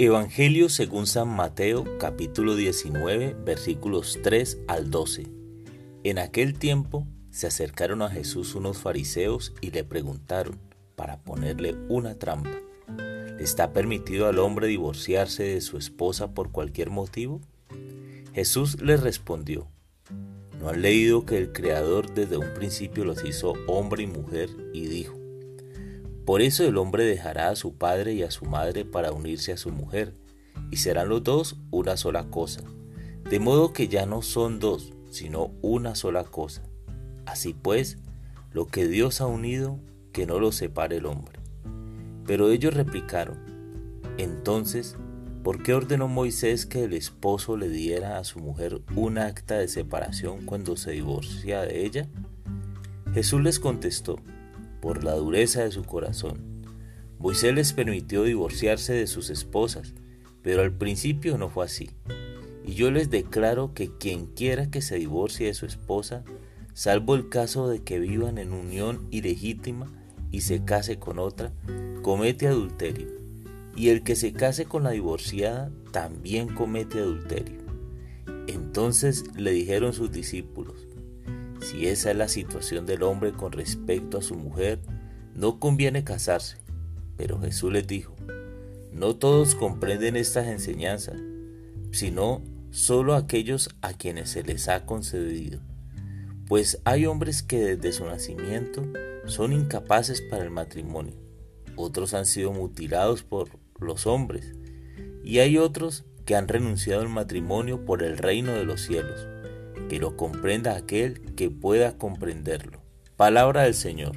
Evangelio según San Mateo, capítulo 19, versículos 3 al 12. En aquel tiempo se acercaron a Jesús unos fariseos y le preguntaron, para ponerle una trampa: ¿le está permitido al hombre divorciarse de su esposa por cualquier motivo? Jesús les respondió: ¿no han leído que el Creador desde un principio los hizo hombre y mujer y dijo: por eso el hombre dejará a su padre y a su madre para unirse a su mujer, y serán los dos una sola cosa? De modo que ya no son dos, sino una sola cosa. Así pues, lo que Dios ha unido, que no lo separe el hombre. Pero ellos replicaron: entonces, ¿por qué ordenó Moisés que el esposo le diera a su mujer un acta de separación cuando se divorcia de ella? Jesús les contestó: por la dureza de su corazón. Moisés les permitió divorciarse de sus esposas, pero al principio no fue así. Y yo les declaro que quien quiera que se divorcie de su esposa, salvo el caso de que vivan en unión ilegítima y se case con otra, comete adulterio. Y el que se case con la divorciada también comete adulterio. Entonces le dijeron sus discípulos: si esa es la situación del hombre con respecto a su mujer, no conviene casarse. Pero Jesús les dijo: no todos comprenden estas enseñanzas, sino solo aquellos a quienes se les ha concedido. Pues hay hombres que desde su nacimiento son incapaces para el matrimonio, otros han sido mutilados por los hombres, y hay otros que han renunciado al matrimonio por el reino de los cielos. Que lo comprenda aquel que pueda comprenderlo. Palabra del Señor.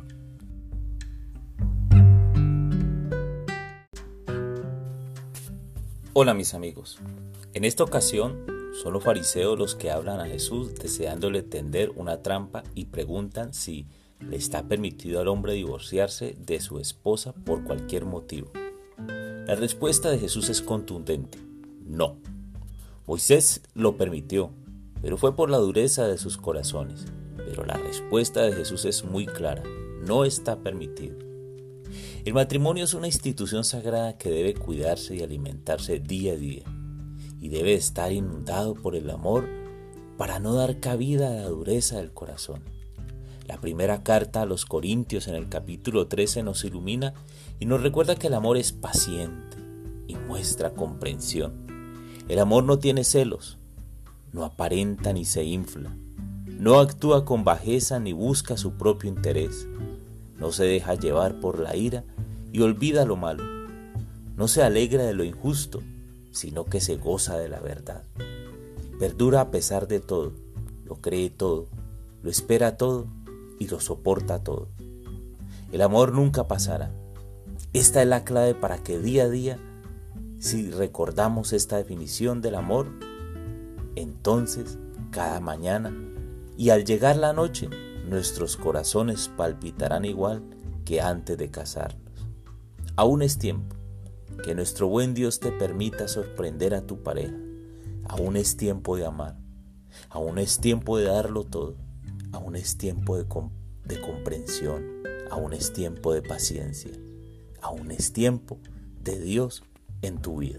Hola mis amigos, en esta ocasión son los fariseos los que hablan a Jesús deseándole tender una trampa y preguntan si le está permitido al hombre divorciarse de su esposa por cualquier motivo. La respuesta de Jesús es contundente: no. Moisés lo permitió, pero fue por la dureza de sus corazones. Pero la respuesta de Jesús es muy clara: no está permitido. El matrimonio es una institución sagrada que debe cuidarse y alimentarse día a día, y debe estar inundado por el amor para no dar cabida a la dureza del corazón. La primera carta a los Corintios en el capítulo 13 nos ilumina y nos recuerda que el amor es paciente y muestra comprensión. El amor no tiene celos, no aparenta ni se infla, no actúa con bajeza ni busca su propio interés, no se deja llevar por la ira y olvida lo malo, no se alegra de lo injusto, sino que se goza de la verdad. Perdura a pesar de todo, lo cree todo, lo espera todo y lo soporta todo. El amor nunca pasará. Esta es la clave para que día a día, si recordamos esta definición del amor, entonces cada mañana y al llegar la noche, nuestros corazones palpitarán igual que antes de casarnos. Aún es tiempo. Que nuestro buen Dios te permita sorprender a tu pareja. Aún es tiempo de amar. Aún es tiempo de darlo todo. Aún es tiempo de comprensión. Aún es tiempo de paciencia. Aún es tiempo de Dios en tu vida.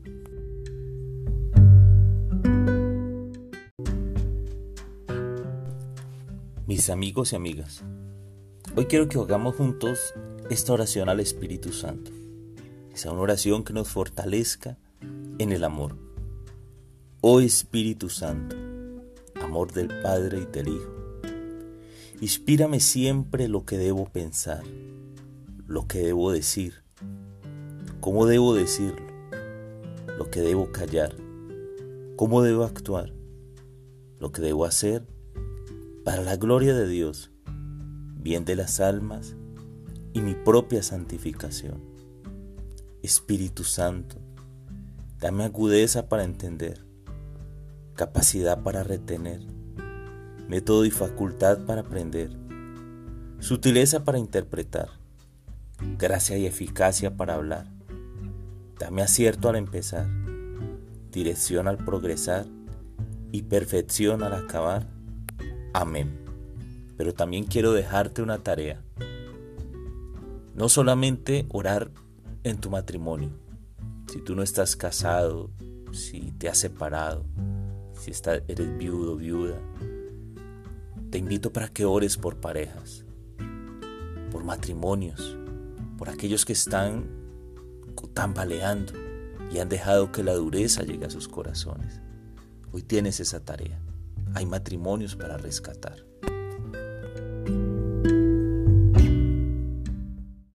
Mis amigos y amigas, hoy quiero que hagamos juntos esta oración al Espíritu Santo. Esa una oración que nos fortalezca en el amor. Oh Espíritu Santo, amor del Padre y del Hijo, inspírame siempre lo que debo pensar, lo que debo decir, cómo debo decirlo, lo que debo callar, cómo debo actuar, lo que debo hacer para la gloria de Dios, bien de las almas y mi propia santificación. Espíritu Santo, dame agudeza para entender, capacidad para retener, método y facultad para aprender, sutileza para interpretar, gracia y eficacia para hablar. Dame acierto al empezar, dirección al progresar y perfección al acabar. Amén. Pero también quiero dejarte una tarea. No solamente orar en tu matrimonio, Si tú no estás casado, si te has separado, si eres viudo o viuda, te invito para que ores por parejas, por matrimonios, por aquellos que están tambaleando y han dejado que la dureza llegue a sus corazones. Hoy tienes esa tarea. Hay matrimonios para rescatar.